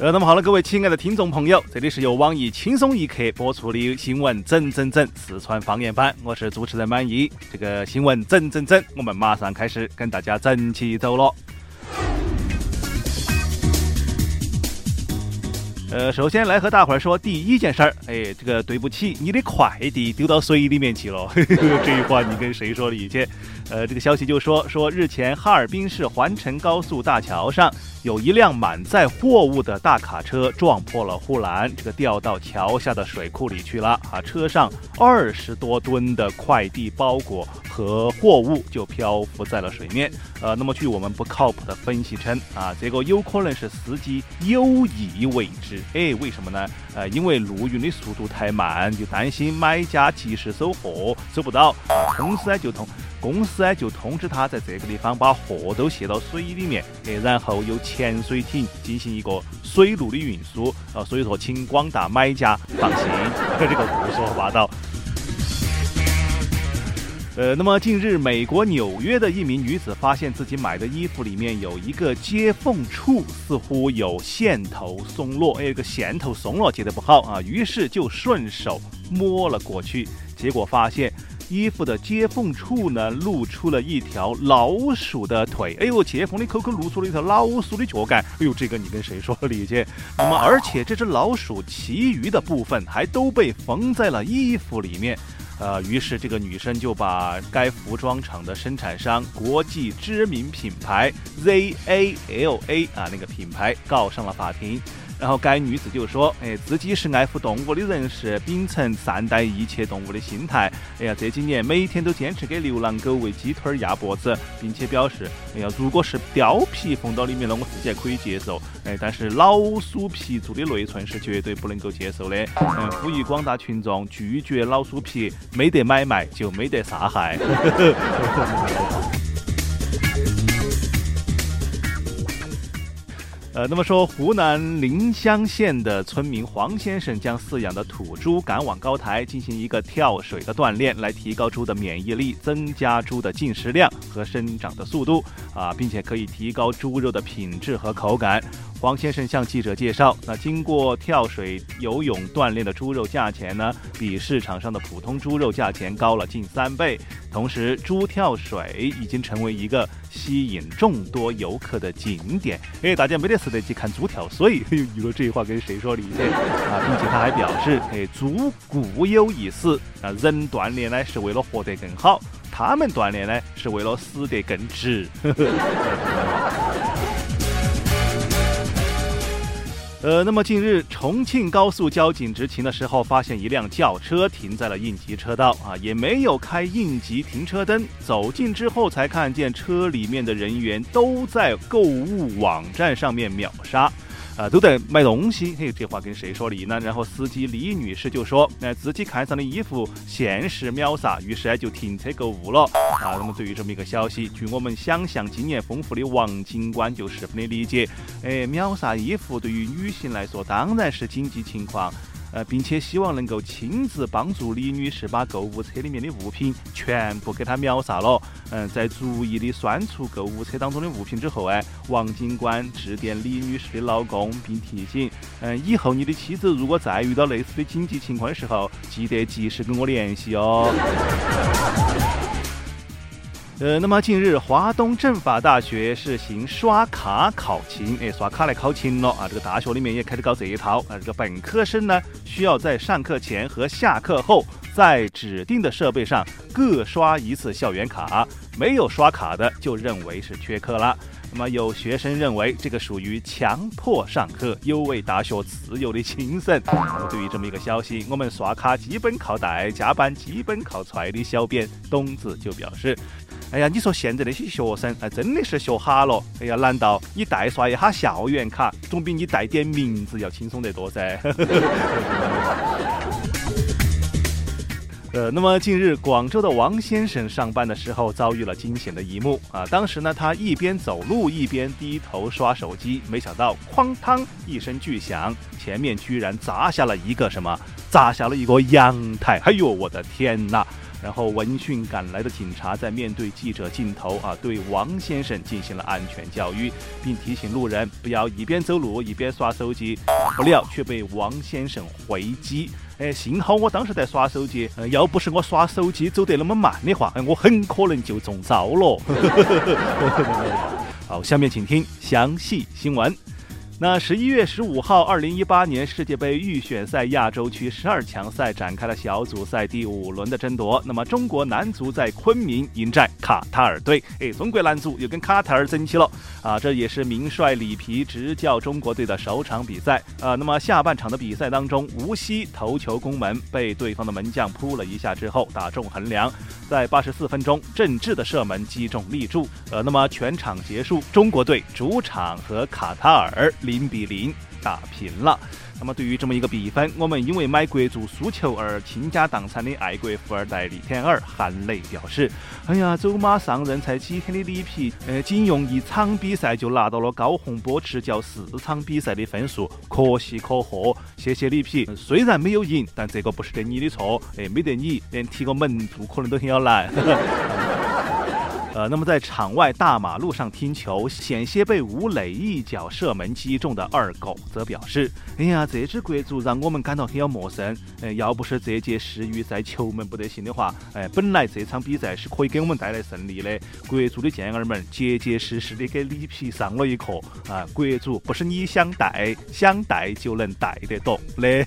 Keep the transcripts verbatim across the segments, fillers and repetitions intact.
呃，那么好了，各位亲爱的听众朋友，这里是由网易轻松一刻播出的新闻整整整四川方言版，我是主持人满意。这个新闻整整整，我们马上开始跟大家整起走了。呃，首先来和大伙儿说第一件事儿，哎，这个对不起，你的快递丢到水里面去了。这句话你跟谁说理去？呃，这个消息就说说日前哈尔滨市环城高速大桥上有一辆满载货物的大卡车撞破了护栏，这个掉到桥下的水库里去了啊！车上二十多吨的快递包裹和货物就漂浮在了水面。呃，那么据我们不靠谱的分析称啊，这个有可能是司机有意为之。哎，为什么呢？呃，因为陆运的速度太慢，就担心买家及时收货收不到啊，公司就通公司就通知他在这个地方把货都卸到水里面，哎，然后由潜水艇进行一个水路的运输啊，所以说请广大买家放心，这个胡说八道。呃，那么近日，美国纽约的一名女子发现自己买的衣服里面有一个接缝处似乎有线头松落，哎，这个线头松了，接得不好啊，于是就顺手摸了过去，结果发现衣服的接缝处呢露出了一条老鼠的腿，哎呦，接缝的口口露出了一条老鼠的脚杆，哎呦，这个你跟谁说理解？那么而且这只老鼠其余的部分还都被缝在了衣服里面。呃，于是这个女生就把该服装厂的生产商国际知名品牌 Z A L A 啊那个品牌告上了法庭。然后该女子就说，哎，自己是爱护动物的人士，秉承善待一切动物的心态。哎呀，这几年每天都坚持给流浪狗喂鸡腿压脖子，并且表示，哎呀，如果是貂皮缝到里面了，我自己还可以接受。哎，但是老鼠皮做的内衬是绝对不能够接受的。嗯，呼吁广大群众拒绝老鼠皮，没得买卖就没得杀害。呃，那么说，湖南临湘县的村民黄先生将饲养的土猪赶往高台进行一个跳水的锻炼，来提高猪的免疫力，增加猪的进食量和生长的速度啊，并且可以提高猪肉的品质和口感。黄先生向记者介绍，那经过跳水游泳锻炼的猪肉价钱呢，比市场上的普通猪肉价钱高了近三倍。同时，猪跳水已经成为一个吸引众多游客的景点。哎，大家没得事得去看猪跳水，有了这话跟谁说理解啊？并且他还表示，哎，猪固有一死啊，人锻炼呢是为了活得更好，他们锻炼呢是为了死得更值。呃，那么近日重庆高速交警执勤的时候，发现一辆轿车停在了应急车道啊，也没有开应急停车灯。走近之后才看见车里面的人员都在购物网站上面秒杀。啊，都在买东西，嘿，这话跟谁说理呢？然后司机李女士就说，那、呃、自己看上的衣服限时秒杀，于是就停车购物了。啊，那么对于这么一个消息，据我们想象经验丰富的王警官就十分的理解，哎，秒杀衣服对于女性来说当然是紧急情况。呃，并且希望能够亲自帮助李女士把购物车里面的物品全部给她秒杀了。嗯，在逐一的删除购物车当中的物品之后，哎，王警官致电李女士的老公，并提醒，嗯，以后你的妻子如果再遇到类似的紧急情况的时候，记得及时跟我联系哦。呃，那么近日，华东政法大学实行刷卡考勤，哎，刷卡来考勤了啊！这个大学里面也开始搞这一套啊。这个本科生呢，需要在上课前和下课后，在指定的设备上各刷一次校园卡，没有刷卡的就认为是缺课了。那么有学生认为这个属于强迫上课，有违大学自由的精神。那么对于这么一个消息，我们刷卡基本靠带，加班基本靠踹的小编董子就表示，哎呀，你说现在那些学生哎，真的是学哈了。哎呀，难道你代刷一下校园卡，总比你带点名字要轻松得多噻？呃，那么近日，广州的王先生上班的时候遭遇了惊险的一幕啊！当时呢，他一边走路一边低头刷手机，没想到哐当一声巨响，前面居然砸下了一个什么？砸下了一个阳台！哎呦，我的天哪！ 然后闻讯赶来的警察在面对记者镜头啊，对王先生进行了安全教育，并提醒路人不要一边走路一边刷手机，不料却被王先生回击。哎，幸好我当时在刷手机，呃，要不是我刷手机走得那么慢的话，我很可能就中招了。好，下面请听详细新闻。那十一月十五号，二零一八年世界杯预选赛亚洲区十二强赛展开了小组赛第五轮的争夺。那么中国男足在昆明迎战卡塔尔队，哎，中国男足又跟卡塔尔争气了啊！这也是名帅里皮执教中国队的首场比赛啊。那么下半场的比赛当中，吴曦头球攻门，被对方的门将扑了一下之后打中横梁，在八十四分钟，郑智的射门击中立柱。呃，那么全场结束，中国队主场和卡塔尔零比零打平了。那么对于这么一个比分，我们因为买国足输球而倾家荡产的爱国富二代李天二含泪表示：哎呀，走马上任才几天的里皮，呃，仅用一场比赛就拿到了高洪波执教四场比赛的分数，可喜可贺。谢谢里皮，虽然没有赢，但这个不是得你的错，哎，没得你，连踢个门柱可能都很要难。呃，那么在场外大马路上听球，险些被吴磊一脚射门击中的二狗则表示：哎呀，这支国足让我们感到很要陌生。呃，要不是这届世预赛球门不得行的话，哎、呃，本来这场比赛是可以给我们带来胜利的。国足的健儿们结结实实的给里皮上了一课啊！国足不是你想带想带就能带得动的。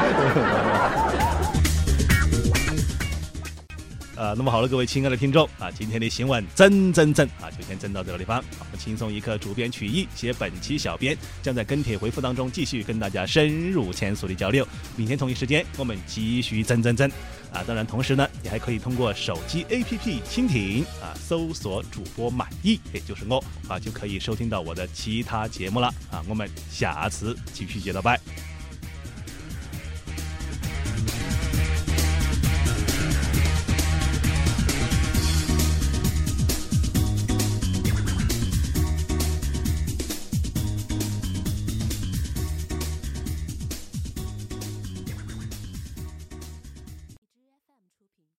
呃，那么好了，各位亲爱的听众啊，今天的新闻整整整啊，就先整到这个地方。我们轻松一刻，主编曲艺写本期小编将在跟帖回复当中继续跟大家深入浅出的交流。明天同一时间我们继续整整整啊！当然，同时呢，你还可以通过手机 A P P 蜻蜓啊，搜索主播满意，也就是我啊，就可以收听到我的其他节目了啊！我们下次继续接着拜。